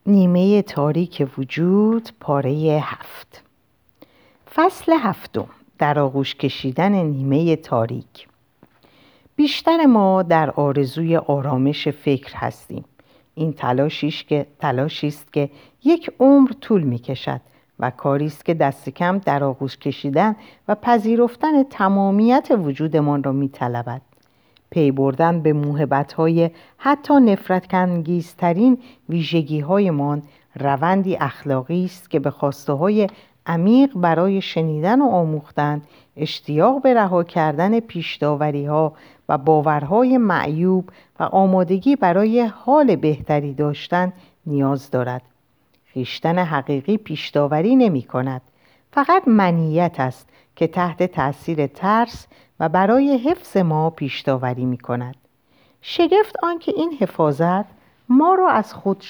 نیمه تاریک وجود پاره 7. فصل 7. در آغوش کشیدن نیمه تاریک. بیشتر ما در آرزوی آرامش فکر هستیم. این تلاشی است که یک عمر طول می کشد و کاری است که دست کم در آغوش کشیدن و پذیرفتن تمامیت وجودمان را می طلبد. پی بردن به موهبت‌های حتی نفرت‌انگیزترین ویژگی‌هایمان روندی اخلاقی است که به خواسته‌های عمیق برای شنیدن و آموختن، اشتیاق به رها کردن پیش‌داوری‌ها و باورهای معیوب و آمادگی برای حال بهتری داشتن نیاز دارد. خویشتن حقیقی پیش‌داوری نمی‌کند، فقط منیت است که تحت تأثیر ترس و برای حفظ ما پیش‌داوری می‌کند. شگفت آنکه این حفاظت ما را از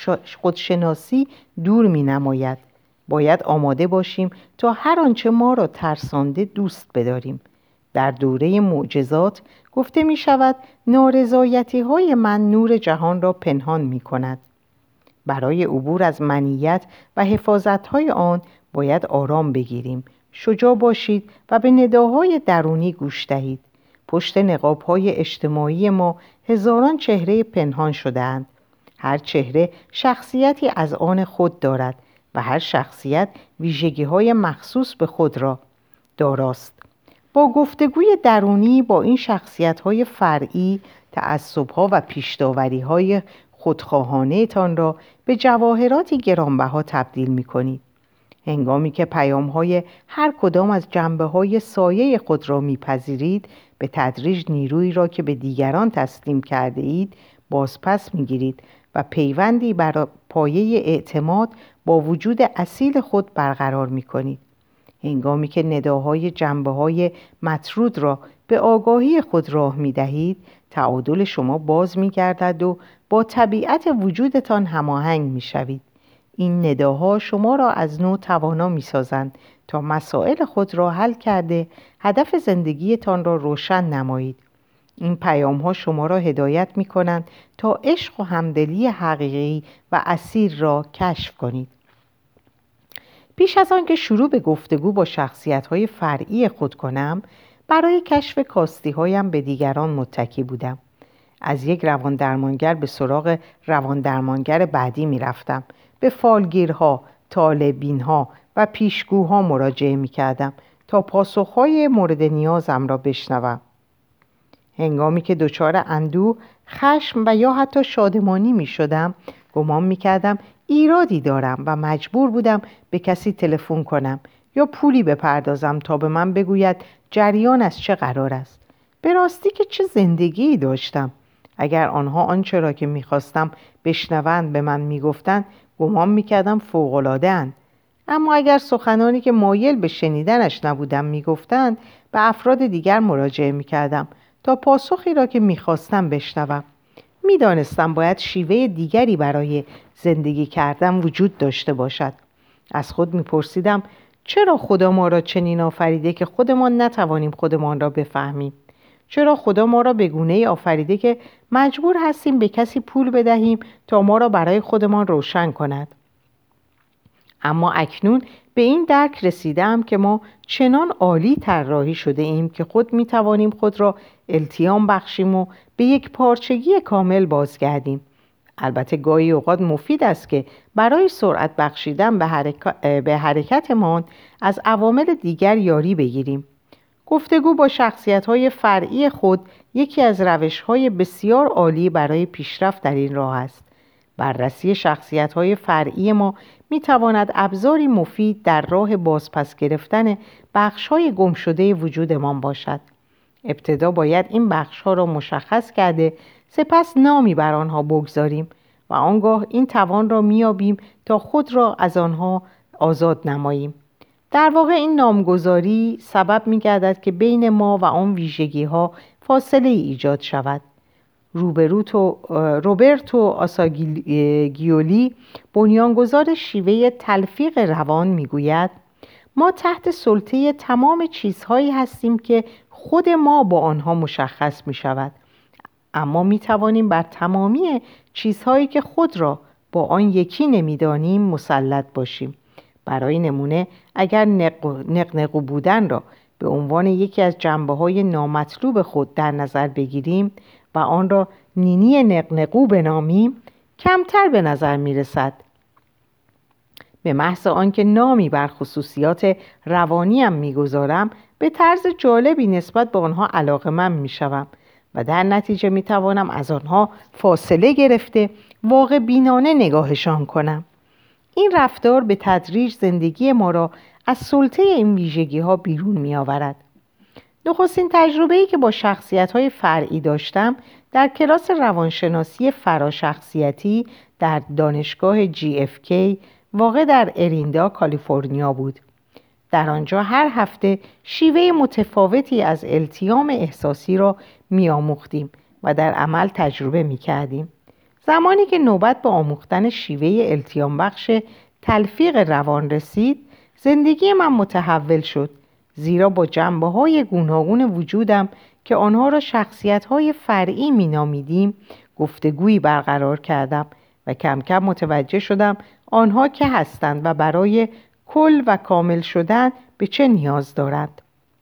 خودشناسی دور می‌نماید. باید آماده باشیم تا هر آنچه ما را ترسانده دوست بداریم. در دوره معجزات گفته می‌شود نارضایتی‌های من نور جهان را پنهان می‌کند. برای عبور از منیت و حفاظت‌های آن باید آرام بگیریم. شجاع باشید و به نداهای درونی گوش دهید. پشت نقاب‌های اجتماعی ما هزاران چهره پنهان شده‌اند. هر چهره شخصیتی از آن خود دارد و هر شخصیت ویژگی‌های مخصوص به خود را داراست. با گفتگوی درونی با این شخصیت‌های فرعی، تعصب‌ها و پیش‌داوری‌های خودخواهانه تان را به جواهراتی گرانبها تبدیل می‌کنید. هنگامی که پیام‌های هر کدام از جنبه‌های سایه خود را می‌پذیرید، به تدریج نیرویی را که به دیگران تسلیم کرده اید بازپس می‌گیرید و پیوندی بر پایه اعتماد با وجود اصیل خود برقرار می‌کنید. هنگامی که نداهای جنبه‌های مطرود را به آگاهی خود راه می‌دهید، تعادل شما باز می‌گردد و با طبیعت وجودتان هماهنگ می‌شوید. این نداها شما را از نو توانا می‌سازند تا مسائل خود را حل کرده هدف زندگیتان را روشن نمایید. این پیام‌ها شما را هدایت می‌کنند تا عشق و همدلی حقیقی و اصیل را کشف کنید. پیش از آن که شروع به گفتگو با شخصیت‌های فرعی خود کنم، برای کشف کاستی‌هایم به دیگران متکی بودم. از یک رواندرمانگر به سراغ رواندرمانگر بعدی می‌رفتم. به فالگیرها، طالبین‌ها و پیشگوها مراجعه می‌کردم تا پاسخ‌های مورد نیازم را بشنوم. هنگامی که دچار اندوه، خشم و یا حتی شادمانی می‌شدم، گمان می‌کردم ایرادی دارم و مجبور بودم به کسی تلفن کنم یا پولی بپردازم تا به من بگوید جریان از چه قرار است. به راستی که چه زندگی‌ای داشتم. اگر آنها آنچه را که می‌خواستم بشنوند به من می‌گفتند، گمان می‌کردم فوق‌العاده‌اند. اما اگر سخنانی که مایل به شنیدنش نبودم می‌گفتند، به افراد دیگر مراجعه می‌کردم تا پاسخی را که می‌خواستم بشنوم. می‌دانستم باید شیوه دیگری برای زندگی کردن وجود داشته باشد. از خود می‌پرسیدم چرا خدا ما را چنین آفریده که خودمان نتوانیم خودمان را بفهمیم؟ چرا خدا ما را به گونه‌ای آفریده که مجبور هستیم به کسی پول بدهیم تا ما را برای خودمان روشن کند؟ اما اکنون به این درک رسیدم که ما چنان عالی طراحی شده ایم که خود می توانیم خود را التیام بخشیم و به یک پارچگی کامل بازگردیم. البته گاهی اوقات مفید است که برای سرعت بخشیدن به حرکتمان از عوامل دیگر یاری بگیریم. گفتگو با شخصیت‌های فرعی خود یکی از روش‌های بسیار عالی برای پیشرفت در این راه است. بررسی شخصیت‌های فرعی ما می‌تواند ابزاری مفید در راه بازپس گرفتن بخش‌های گمشده وجودمان باشد. ابتدا باید این بخش‌ها را مشخص کرده، سپس نامی بر آنها بگذاریم و آنگاه این توان را می‌یابیم تا خود را از آنها آزاد نماییم. در واقع این نامگذاری سبب می‌گردد که بین ما و آن ویژگی‌ها فاصله ایجاد شود. روبرتو آساگیولی، بنیانگذار شیوه تلفیق روان، میگوید ما تحت سلطه تمام چیزهایی هستیم که خود ما با آنها مشخص می شود، اما می توانیم بر تمامی چیزهایی که خود را با آن یکی نمی‌دانیم مسلط باشیم. برای نمونه اگر نقنقو بودن را به عنوان یکی از جنبه‌های نامطلوب خود در نظر بگیریم و آن را نینی نقنقو بنامیم، کمتر به نظر می‌رسد. به محض آنکه نامی بر خصوصیات روانیم می‌گذارم، به طرز جالبی نسبت به آنها علاقه‌مند می‌شوم و در نتیجه می‌توانم از آنها فاصله گرفته واقع بینانه نگاهشان کنم. این رفتار به تدریج زندگی ما را از سلطه این ویژگی‌ها بیرون می‌آورد. نخستین تجربه‌ای که با شخصیت‌های فرعی داشتم در کلاس روانشناسی فراشخصیتی در دانشگاه GFK واقع در اریندا، کالیفرنیا بود. در آنجا هر هفته شیوه متفاوتی از التیام احساسی را می‌آموختیم و در عمل تجربه می‌کردیم. زمانی که نوبت به آموختن شیوه التیام بخش تلفیق روان رسید، زندگی من متحول شد، زیرا با جنبه‌های گوناگون وجودم که آنها را شخصیت‌های فرعی می‌نامیدیم گفتگویی برقرار کردم و کم کم متوجه شدم آنها که هستند و برای کل و کامل شدن به چه نیاز دارند.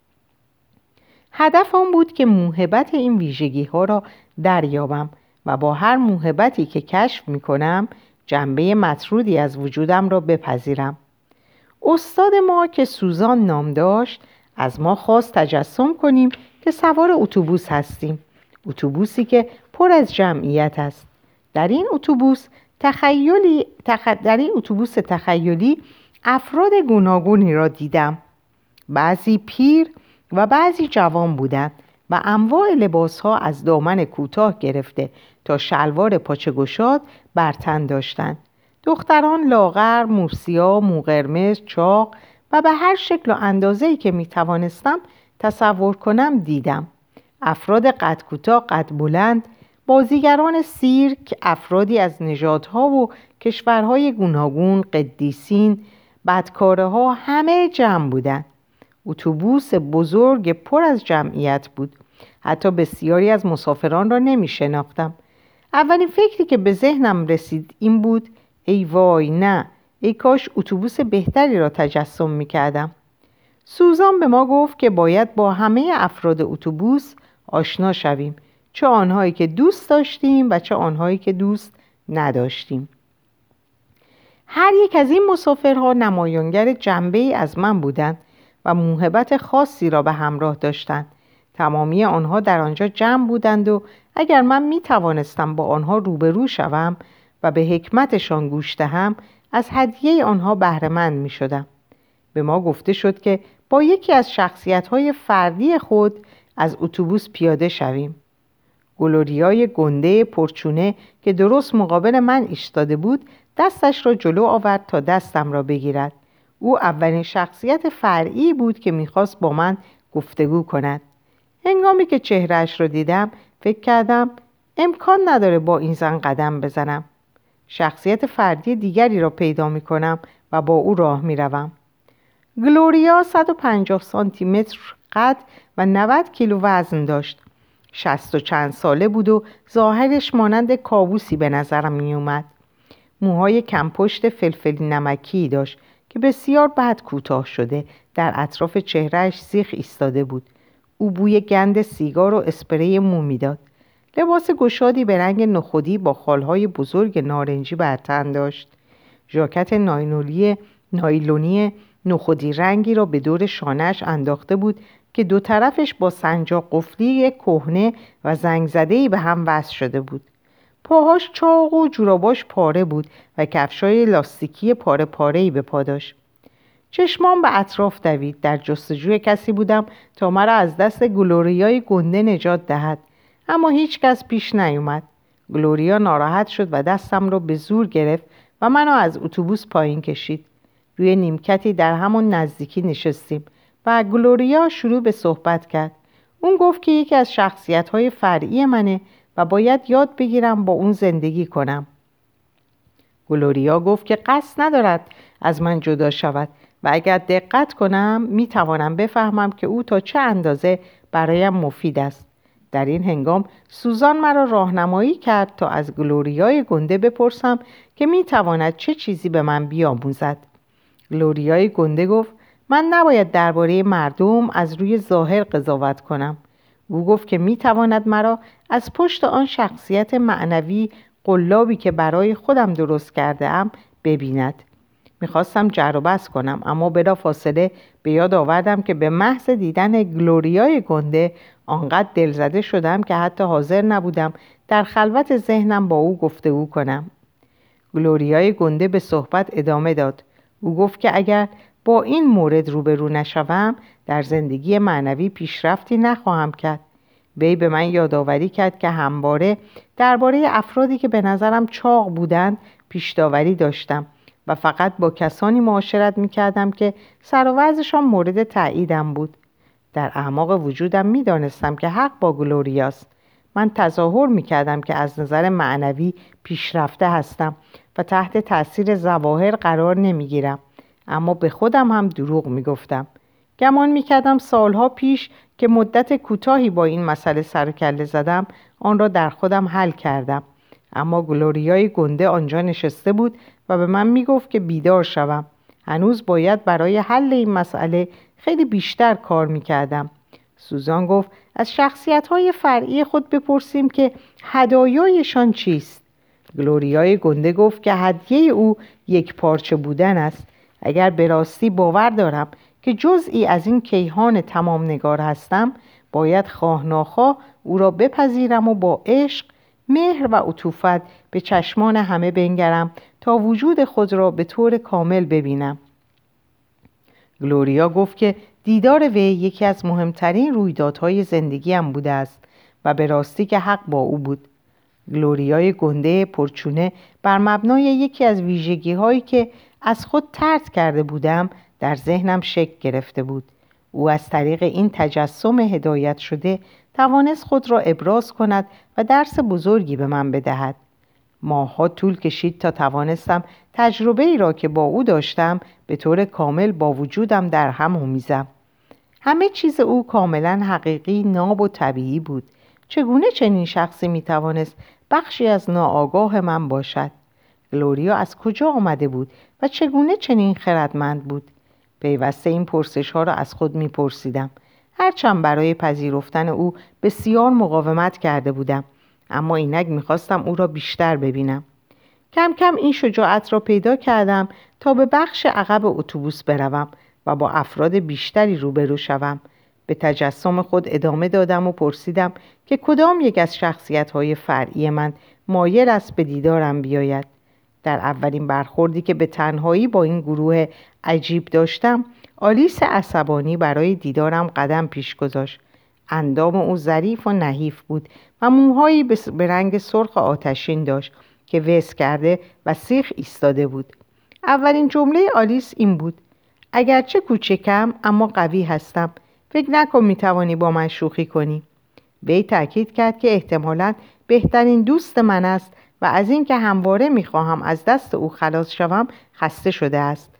هدف آن بود که موهبت این ویژگی‌ها را دریابم و با هر موهبتی که کشف می‌کنم جنبه مطرودی از وجودم را بپذیرم. استاد ما که سوزان نام داشت از ما خواست تجسم کنیم که سوار اتوبوس هستیم، اتوبوسی که پر از جمعیت است. در این اتوبوس تخیلی افراد گوناگونی را دیدم. بعضی پیر و بعضی جوان بودند و انواع لباسها از دامن کوتاه گرفته تا شلوار پاچه گشاد بر تن داشتند. دختران لاغر، موسیا، مو قرمز، چاق و به هر شکل و اندازه‌ای که می‌توانستم تصور کنم دیدم. افراد قد کوتاه، قد بلند، بازیگران سیرک، افرادی از نژادها و کشورهای گوناگون، قدیسین، بدکاره‌ها، همه جمع بودند. اتوبوس بزرگ پر از جمعیت بود. حتی بسیاری از مسافران را نمی‌شناختم. اولین فکری که به ذهنم رسید این بود: ای وای، نه، ای کاش اتوبوس بهتری را تجسم می‌کردم. سوزان به ما گفت که باید با همه افراد اتوبوس آشنا شویم، چه آنهایی که دوست داشتیم و چه آنهایی که دوست نداشتیم. هر یک از این مسافرها نمایانگر جنبه‌ای از من بودند و موهبت خاصی را به همراه داشتند. تمامی آنها در آنجا جمع بودند و اگر من می توانستم با آنها روبرو شوم و به حکمتشان گوش دهم، از هدیه آنها بهره مند می شدم. به ما گفته شد که با یکی از شخصیت‌های فردی خود از اتوبوس پیاده شویم. گلوریای گنده پرچونه که درست مقابل من ایستاده بود دستش را جلو آورد تا دستم را بگیرد. او اولین شخصیت فرعی بود که می‌خواست با من گفتگو کند. هنگامی که چهرهش را دیدم فکر کردم امکان نداره با این زن قدم بزنم. شخصیت فردی دیگری را پیدا می‌کنم و با او راه می‌روم. گلوریا 150 سانتی متر قد و 90 کیلو وزن داشت. 60 و چند ساله بود و ظاهرش مانند کابوسی به نظرم می اومد. موهای کمپشت فلفلی نمکی داشت که بسیار بد کوتاه شده در اطراف چهرهش سیخ ایستاده بود. او بوی گند سیگار و اسپری مو میداد. لباس گشادی به رنگ نخودی با خالهای بزرگ نارنجی بر تن داشت. ژاکت نایلونی نخودی رنگی را به دور شانه‌اش انداخته بود که دو طرفش با سنجاق قفلی کهنه و زنگ زده‌ای به هم وصل شده بود. پاهاش چاق و جوراباش پاره بود و کفشای لاستیکی پاره پاره‌ای به پا داشت. چشمام به اطراف دوید. در جستجوی کسی بودم تا مرا از دست گلوریای گنده نجات دهد، اما هیچ کس پیش نیومد. گلوریا ناراحت شد و دستم را به زور گرفت و منو از اتوبوس پایین کشید. روی نیمکتی در همون نزدیکی نشستیم و گلوریا شروع به صحبت کرد. اون گفت که یکی از شخصیت‌های فرعی منه و باید یاد بگیرم با اون زندگی کنم. گلوریا گفت که قصد ندارد از من جدا شود و اگر دقت کنم میتوانم بفهمم که او تا چه اندازه برایم مفید است. در این هنگام سوزان مرا راهنمایی کرد تا از گلوریای گنده بپرسم که میتواند چه چیزی به من بیاموزد. گلوریای گنده گفت من نباید درباره مردم از روی ظاهر قضاوت کنم. او گفت که میتواند مرا از پشت آن شخصیت معنوی قلابی که برای خودم درست کرده ام ببیند. میخواستم جر و بحث کنم، اما بلافاصله به یاد آوردم که به محض دیدن گلوریای گنده آنقدر دلزده شدم که حتی حاضر نبودم در خلوت ذهنم با او گفتگو کنم. گلوریای گنده به صحبت ادامه داد. او گفت که اگر با این مورد روبرو نشوم در زندگی معنوی پیشرفتی نخواهم کرد. وی به من یادآوری کرد که همواره درباره افرادی که به نظرم چاق بودند پیش‌داوری داشتم و فقط با کسانی معاشرت می‌کردم که سر و وضعشان مورد تأییدم بود. در اعماق وجودم می‌دانستم که حق با گلوریاست. من تظاهر می‌کردم که از نظر معنوی پیشرفته هستم و تحت تأثیر ظواهر قرار نمی‌گیرم، اما به خودم هم دروغ می‌گفتم. گمان می‌کردم سالها پیش که مدت کوتاهی با این مسئله سر و کله زدم آن را در خودم حل کردم، اما گلوریای گنده آنجا نشسته بود و به من میگفت که بیدار شوم. هنوز باید برای حل این مسئله خیلی بیشتر کار میکردم. سوزان گفت از شخصیت‌های فرعی خود بپرسیم که هدایایشان چیست. گلوریای گنده گفت که هدیه او یک پارچه بودن است. اگر به راستی باور دارم که جزئی از این کیهان تمام نگار هستم، باید خواه ناخواه او را بپذیرم و با عشق، مهر و عطوفت به چشمان همه بنگرم تا وجود خود را به طور کامل ببینم. گلوریا گفت که دیدار وی یکی از مهمترین رویدادهای زندگیم بوده است و به راستی که حق با او بود. گلوریای گنده پرچونه بر مبنای یکی از ویژگی‌هایی که از خود طرد کرده بودم در ذهنم شکل گرفته بود. او از طریق این تجسم هدایت شده توانست خود را ابراز کند و درس بزرگی به من بدهد. ماه‌ها طول کشید تا توانستم تجربه‌ای را که با او داشتم به طور کامل با وجودم در هم آمیزم. همه چیز او کاملا حقیقی، ناب و طبیعی بود. چگونه چنین شخصی میتوانست بخشی از ناآگاه من باشد؟ گلوریا از کجا آمده بود و چگونه چنین خردمند بود؟ پیوسته این پرسش‌ها را از خود میپرسیدم. هرچند برای پذیرفتن او بسیار مقاومت کرده بودم، اما اینک میخواستم او را بیشتر ببینم. کم کم این شجاعت را پیدا کردم تا به بخش عقب اتوبوس بروم و با افراد بیشتری روبرو شوم. به تجسم خود ادامه دادم و پرسیدم که کدام یک از شخصیت‌های فرعی من مایل است به دیدارم بیاید. در اولین برخوردی که به تنهایی با این گروه عجیب داشتم، آلیس عصبانی برای دیدارم قدم پیش گذاشت. اندام او ظریف و نحیف بود و موهایی به رنگ سرخ آتشین داشت که وز کرده و سیخ ایستاده بود. اولین جمله آلیس این بود: اگرچه کوچکم اما قوی هستم. فکر نکن میتوانی با من شوخی کنی. وی تأکید کرد که احتمالاً بهترین دوست من است و از این که همواره میخواهم از دست او خلاص شوم خسته شده است.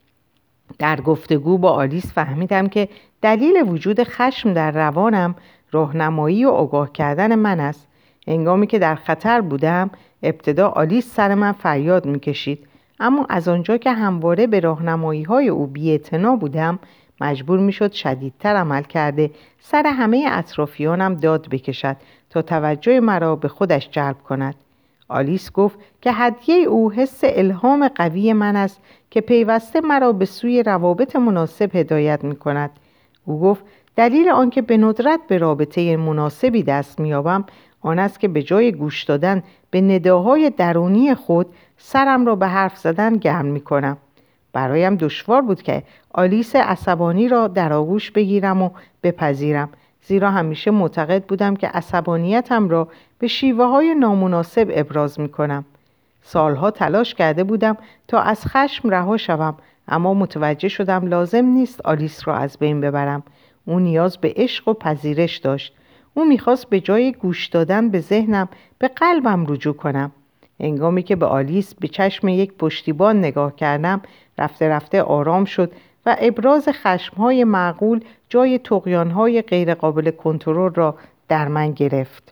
در گفتگو با آلیس فهمیدم که دلیل وجود خشم در روانم راهنمایی و آگاه کردن من است. هنگامی که در خطر بودم، ابتدا آلیس سر من فریاد میکشید، اما از آنجا که همواره به راهنمایی‌های او بی‌اعتنا بودم، مجبور میشد شدیدتر عمل کرده سر همه اطرافیانم داد بکشد تا توجه مرا به خودش جلب کند. آلیس گفت که هدیه او حس الهام قوی من است که پیوسته مرا به سوی روابط مناسب هدایت می کند. او گفت دلیل آنکه به ندرت به رابطه مناسبی دست می‌یابم آن است که به جای گوش دادن به نداهای درونی خود سرم را به حرف زدن گرم می کنم. برایم دشوار بود که آلیس عصبانی را در آغوش بگیرم و بپذیرم، زیرا همیشه معتقد بودم که عصبانیتم را به شیوه‌های نامناسب ابراز می‌کنم. سالها تلاش کرده بودم تا از خشم رها شوم، اما متوجه شدم لازم نیست آلیس را از بین ببرم. او نیاز به عشق و پذیرش داشت. او می‌خواست به جای گوش دادن به ذهنم به قلبم رجوع کنم. هنگامی که به آلیس به چشم یک پشتیبان نگاه کردم، رفته رفته آرام شد و ابراز خشم‌های معقول جای طغیان‌های غیر قابل کنترل را در من گرفت.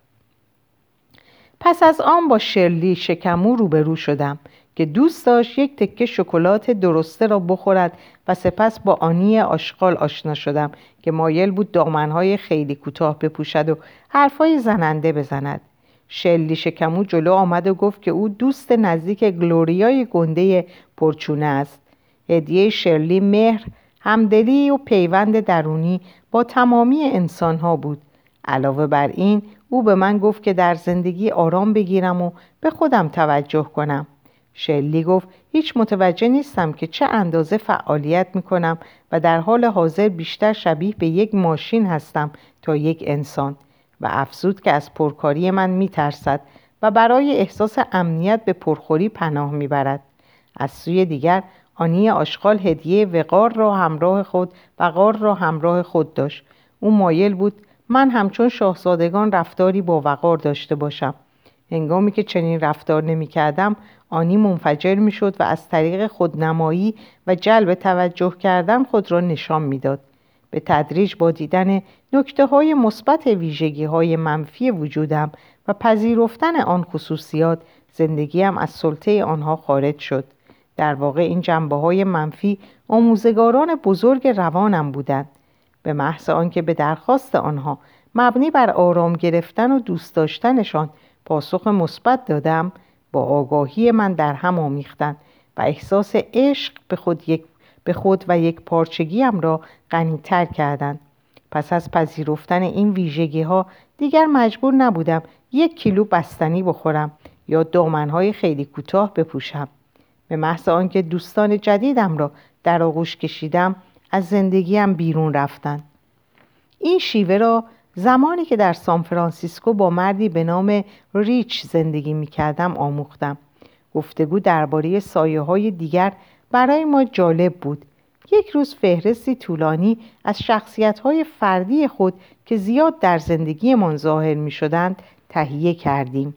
پس از آن با شرلی شکمو روبرو شدم که دوست داشت یک تکه شکلات درسته را بخورد و سپس با آنی آشغال آشنا شدم که مایل بود دامنهای خیلی کوتاه بپوشد و حرفای زننده بزند. شرلی شکمو جلو آمد و گفت که او دوست نزدیک گلوریای گنده پرچونه است. هدیه شرلی مهر، همدلی و پیوند درونی با تمامی انسانها بود. علاوه بر این او به من گفت که در زندگی آرام بگیرم و به خودم توجه کنم. شرلی گفت هیچ متوجه نیستم که چه اندازه فعالیت میکنم و در حال حاضر بیشتر شبیه به یک ماشین هستم تا یک انسان، و افزود که از پرکاری من میترسد و برای احساس امنیت به پرخوری پناه میبرد. از سوی دیگر آنی آشغال هدیه وقار را همراه خود داشت. او مایل بود من همچون شاهزادگان رفتاری با وقار داشته باشم. هنگامی که چنین رفتار نمی کردم آنی منفجر می شد و از طریق خودنمایی و جلب توجه کردن خود را نشان می داد. به تدریج با دیدن نکته های مثبت ویژگی های منفی وجودم و پذیرفتن آن خصوصیات زندگیم از سلطه آنها خارج شد. در واقع این جنبه های منفی آموزگاران بزرگ روانم بودند. به محض آنکه به درخواست آنها مبنی بر آرام گرفتن و دوست داشتنشان پاسخ مثبت دادم، با آگاهی من در هم آمیختند و احساس عشق به خود و یک پارچگیم را غنی‌تر کردند. پس از پذیرفتن این ویژگی ها دیگر مجبور نبودم 1 کیلو بستنی بخورم یا دامنهای خیلی کوتاه بپوشم. به محض آنکه دوستان جدیدم را در آغوش کشیدم از زندگیم بیرون رفتند. این شیوه را زمانی که در سانفرانسیسکو با مردی به نام ریچ زندگی می کردم آموختم. گفتگو درباره سایه‌های دیگر برای ما جالب بود. یک روز فهرستی طولانی از شخصیت‌های فردی خود که زیاد در زندگیمان ظاهر می‌شدند تهیه کردیم.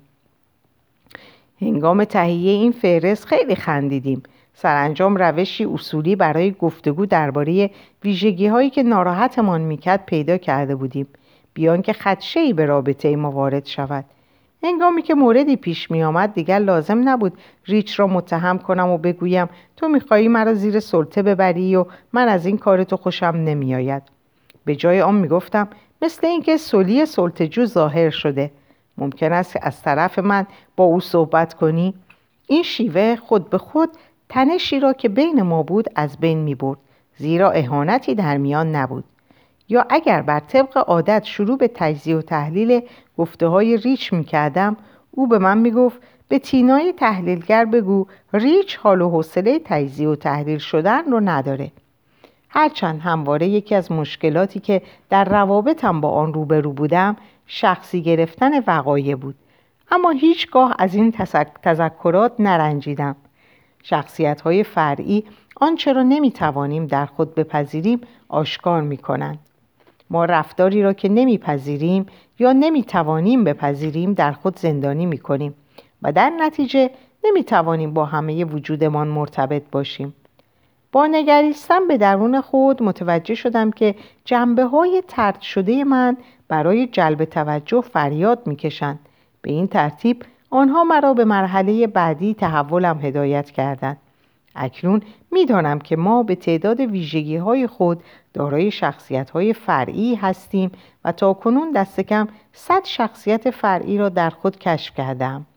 هنگام تهیه این فهرست خیلی خندیدیم. سرانجام روشی اصولی برای گفتگو درباره ویژگی‌هایی که ناراحتمان می‌کرد پیدا کرده بودیم، بیان که خدشه‌ای به رابطه ما وارد شود. هنگامی که موردی پیش می آمد دیگر لازم نبود ریچ را متهم کنم و بگویم تو می‌خواهی مرا زیر سلطه ببری و من از این کار تو خوشم نمی‌آید. به جای آن می‌گفتم مثل اینکه سولی سلطه‌جو ظاهر شده. ممکن است از طرف من با او صحبت کنی؟ این شیوه خود به خود تنشی را که بین ما بود از بین می‌برد، زیرا اهانتی در میان نبود. یا اگر بر طبق عادت شروع به تجزیه و تحلیل گفته‌های ریچ می‌کردم، او به من می‌گفت به تینای تحلیلگر بگو ریچ حال و حوصله تجزیه و تحلیل شدن رو نداره. هرچند همواره یکی از مشکلاتی که در روابطم با آن روبرو بودم شخصی گرفتن وقایع بود، اما هیچگاه از این تذکرات نرنجیدم. شخصیت‌های فرعی آنچه را نمی‌توانیم در خود بپذیریم آشکار می‌کنند. ما رفتاری را که نمیپذیریم یا نمیتوانیم بپذیریم در خود زندانی میکنیم و در نتیجه نمیتوانیم با همه وجودمان مرتبط باشیم. با نگریستن به درون خود متوجه شدم که جنبه‌های طرد شده من برای جلب توجه فریاد میکشند. به این ترتیب آنها مرا به مرحله بعدی تحولم هدایت کردند. اکنون می‌دانم که ما به تعداد ویژگی‌های خود دارای شخصیت‌های فرعی هستیم و تاکنون دست کم 100 شخصیت فرعی را در خود کشف کردم.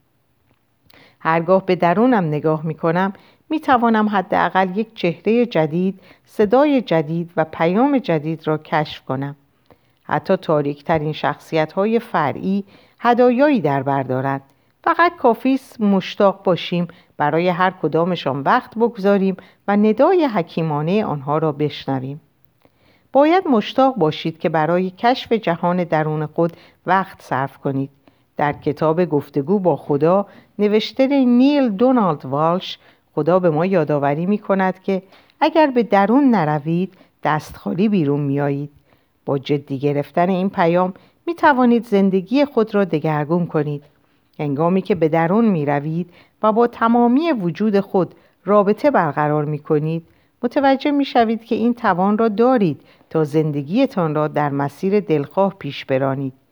هرگاه به درونم نگاه می‌کنم می‌توانم حداقل یک چهره جدید، صدای جدید و پیام جدید را کشف کنم. حتی تاریک‌ترین شخصیت‌های فرعی هدایایی در بر دارند. فقط کافی است مشتاق باشیم برای هر کدامشان وقت بگذاریم و ندای حکیمانه آنها را بشنویم. باید مشتاق باشید که برای کشف جهان درون خود وقت صرف کنید. در کتاب گفتگو با خدا نوشته نیل دونالد والش، خدا به ما یادآوری می کند که اگر به درون نروید دست خالی بیرون می آیید. با جدی گرفتن این پیام می توانید زندگی خود را دگرگون کنید. هنگامی که به درون می روید و با تمامی وجود خود رابطه برقرار می کنید، متوجه می شوید که این توان را دارید تا زندگیتان را در مسیر دلخواه پیش برانید.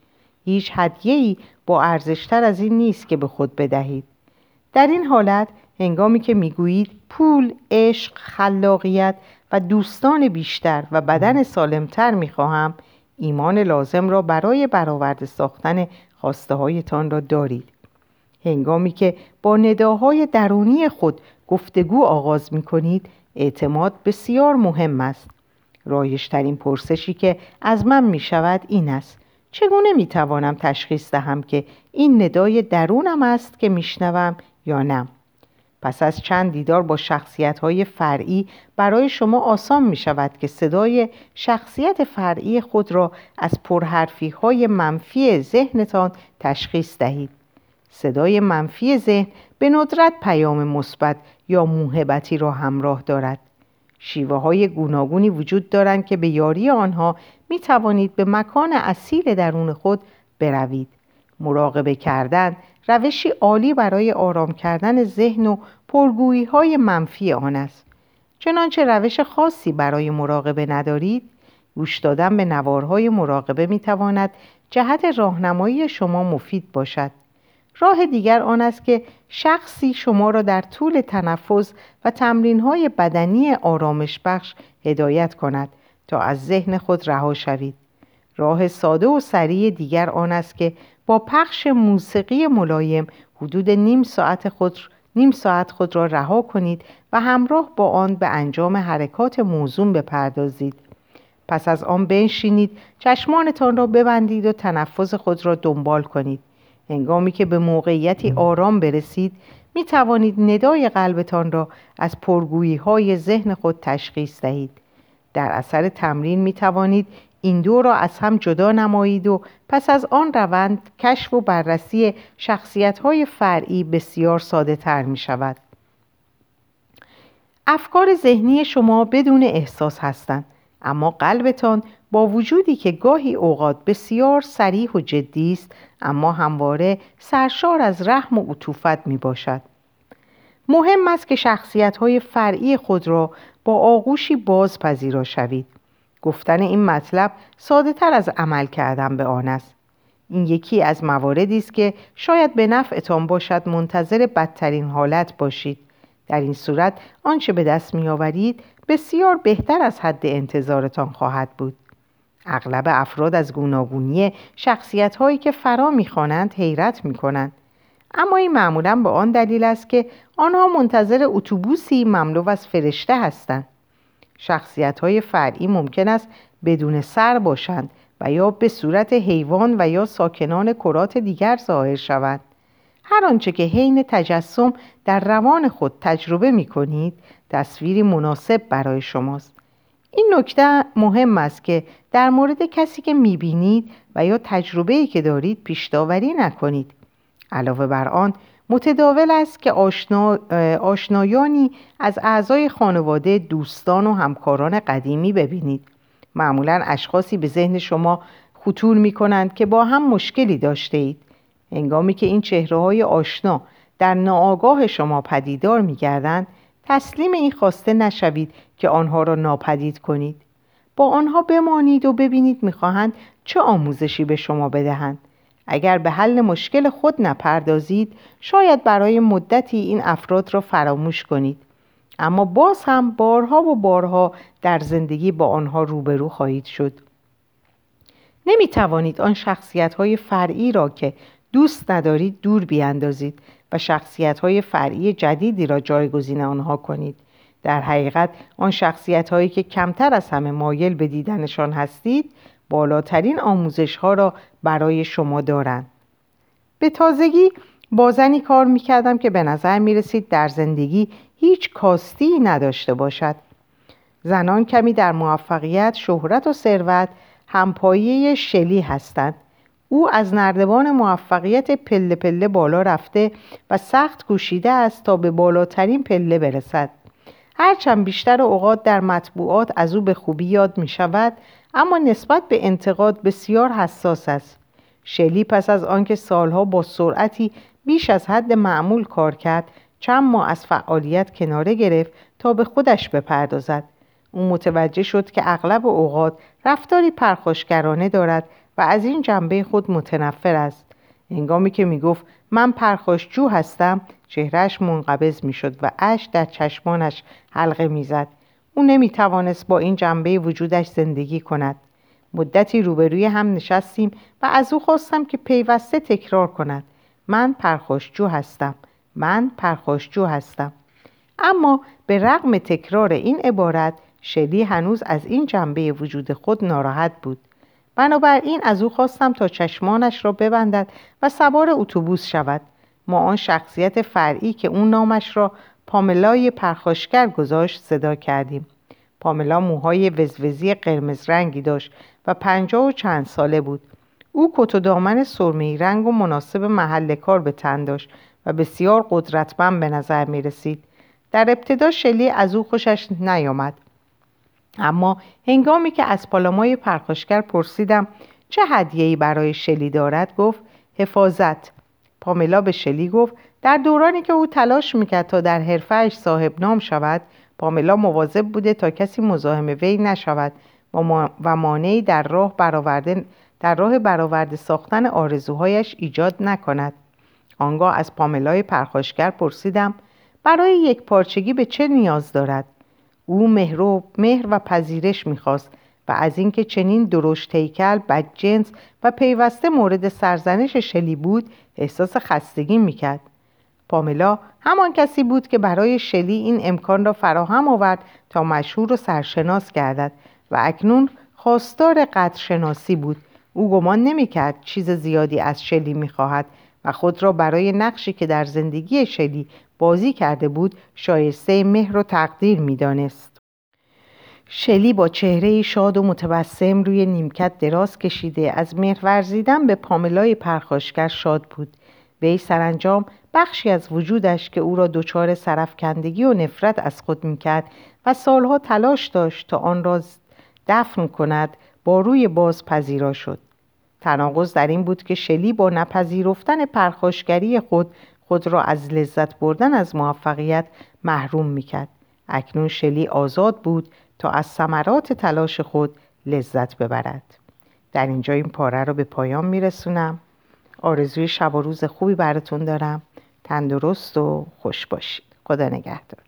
هیچ هدیه‌ای با ارزشتر از این نیست که به خود بدهید. در این حالت هنگامی که میگویید پول، عشق، خلاقیت و دوستان بیشتر و بدن سالمتر میخواهم، ایمان لازم را برای برآورده ساختن خواسته هایتان را دارید. هنگامی که با نداهای درونی خود گفتگو آغاز می کنید، اعتماد بسیار مهم است. رایج‌ترین پرسشی که از من می شود این است: چگونه می توانم تشخیص دهم که این ندای درونم است که می شنوم یا نه؟ پس از چند دیدار با شخصیت‌های فرعی برای شما آسان می شود که صدای شخصیت فرعی خود را از پرحرفی‌های منفی ذهنتان تشخیص دهید. صدای منفی ذهن به ندرت پیام مثبت یا موهبتی را همراه دارد. شیوه‌های گوناگونی وجود دارند که به یاری آنها می توانید به مکان اصیل درون خود بروید. مراقبه کردن روشی عالی برای آرام کردن ذهن و پرگویی‌های منفی آن است. چنانچه روش خاصی برای مراقبه ندارید، گوش دادن به نوارهای مراقبه می تواند جهت راهنمایی شما مفید باشد. راه دیگر آن است که شخصی شما را در طول تنفس و تمرین‌های بدنی آرامش بخش هدایت کند تا از ذهن خود رها شوید. راه ساده و سریع دیگر آن است که با پخش موسیقی ملایم حدود نیم ساعت خود را رها کنید و همراه با آن به انجام حرکات موزون بپردازید. پس از آن بنشینید، چشمانتان را ببندید و تنفس خود را دنبال کنید. هنگامی که به موقعیتی آرام برسید، می توانید ندای قلبتان را از پرگویی‌های ذهن خود تشخیص دهید. در اثر تمرین می توانید این دو را از هم جدا نمایید و پس از آن روند کشف و بررسی شخصیت‌های فرعی بسیار ساده تر می شود. افکار ذهنی شما بدون احساس هستند، اما قلبتان با وجودی که گاهی اوقات بسیار صریح و جدی است، اما همواره سرشار از رحم و عطوفت می باشد. مهم است که شخصیت‌های فرعی خود را با آغوشی باز پذیرا شوید. گفتن این مطلب ساده تر از عمل کردن به آن است. این یکی از مواردی است که شاید به نفعتان باشد منتظر بدترین حالت باشید. در این صورت آنچه به دست می‌آورید بسیار بهتر از حد انتظارتان خواهد بود. اغلب افراد از گوناگونی شخصیت‌هایی که فرا می‌خوانند حیرت می‌کنند، اما این معمولاً به آن دلیل است که آنها منتظر اتوبوسی مملو از فرشته هستند. شخصیت‌های فرعی ممکن است بدون سر باشند و یا به صورت حیوان و یا ساکنان کرات دیگر ظاهر شوند. هر آنچه که حین تجسم در روان خود تجربه می‌کنید، تصویری مناسب برای شماست. این نکته مهم است که در مورد کسی که می‌بینید و یا تجربه‌ای که دارید پیش‌داوری نکنید. علاوه بر آن، متداول است که آشنایانی از اعضای خانواده، دوستان و همکاران قدیمی ببینید. معمولاً اشخاصی به ذهن شما خطور می‌کنند که با هم مشکلی داشته اید. هنگامی که این چهره‌های آشنا در ناآگاه شما پدیدار می‌گردند، تسلیم این خواسته نشوید که آنها را ناپدید کنید. با آنها بمانید و ببینید می‌خواهند چه آموزشی به شما بدهند. اگر به حل مشکل خود نپردازید، شاید برای مدتی این افراد را فراموش کنید، اما باز هم بارها و بارها در زندگی با آنها روبرو خواهید شد. نمی توانید آن شخصیت‌های فرعی را که دوست ندارید دور بیاندازید و شخصیت‌های فرعی جدیدی را جایگزین آنها کنید. در حقیقت آن شخصیت‌هایی که کمتر از همه مایل به دیدنشان هستید، بالاترین آموزش‌ها را برای شما دارند. به تازگی با زنی کار می‌کردم که به نظر می‌رسید در زندگی هیچ کاستی نداشته باشد. زنان کمی در موفقیت، شهرت و ثروت همپایه شلی هستند. او از نردبان موفقیت پله پله بالا رفته و سخت کوشیده است تا به بالاترین پله برسد. هرچند بیشتر اوقات در مطبوعات از او به خوبی یاد می شود، اما نسبت به انتقاد بسیار حساس است. شلی پس از آنکه سالها با سرعتی بیش از حد معمول کار کرد، چند ماه از فعالیت کناره گرفت تا به خودش بپردازد. او متوجه شد که اغلب اوقات رفتاری پرخاشگرانه دارد و از این جنبه خود متنفر است. هنگامی که میگفت من پرخاشجو هستم، چهرهش منقبض میشد و اشک در چشمانش حلقه میزد. او نمیتوانست با این جنبه وجودش زندگی کند. مدتی روبروی هم نشستیم و از او خواستم که پیوسته تکرار کند من پرخاشجو هستم، من پرخاشجو هستم. اما به رغم تکرار این عبارت، شلی هنوز از این جنبه وجود خود ناراحت بود. بنابراین از او خواستم تا چشمانش را ببندد و سوار اتوبوس شود. ما آن شخصیت فرعی که اون نامش را پاملای پرخاشگر گذاشت صدا کردیم. پاملا موهای وزوزی قرمز رنگی داشت و 50 و چند ساله بود. او کت و دامن سرمه‌ای رنگ و مناسب محل کار به تن داشت و بسیار قدرتمند به نظر می رسید. در ابتدا شلی از او خوشش نیامد، اما هنگامی که از پالامای پرخاشگر پرسیدم چه هدیه‌ای برای شلی دارد، گفت حفاظت. پاملا به شلی گفت در دورانی که او تلاش میکرد تا در حرفه‌اش صاحب نام شود، پاملا مواظب بوده تا کسی مزاحم وی نشود و مانعی در راه برآورده ساختن آرزوهایش ایجاد نکند. آنگاه از پاملای پرخاشگر پرسیدم برای یک پارچگی به چه نیاز دارد؟ او مهر و پذیرش می‌خواست و از اینکه چنین درشت هیکل، بدجنس و پیوسته مورد سرزنش شلی بود احساس خستگی می‌کرد. پاملا همان کسی بود که برای شلی این امکان را فراهم آورد تا مشهور و سرشناس گردد و اکنون خواستار قدرشناسی بود. او گمان نمی‌کرد چیز زیادی از شلی می‌خواهد و خود را برای نقشی که در زندگی شلی بازی کرده بود شایسته مهر و تقدیر می‌دانست. شلی با چهره شاد و متبسم روی نیمکت دراز کشیده از مهر ورزیدن به پاملای پرخاشگر شاد بود. وی سرانجام بخشی از وجودش که او را دچار سرفکندگی و نفرت از خود می‌کرد و سالها تلاش داشت تا آن را دفن کند با روی باز پذیرا شد. تناقض در این بود که شلی با نپذیرفتن پرخاشگری خود را از لذت بردن از موفقیت محروم می‌کرد. اکنون شلی آزاد بود تا از ثمرات تلاش خود لذت ببرد. در اینجا این پاره رو به پایان میرسونم. آرزوی شب و روز خوبی براتون دارم. تندرست و خوش باشید. خدا نگهدار.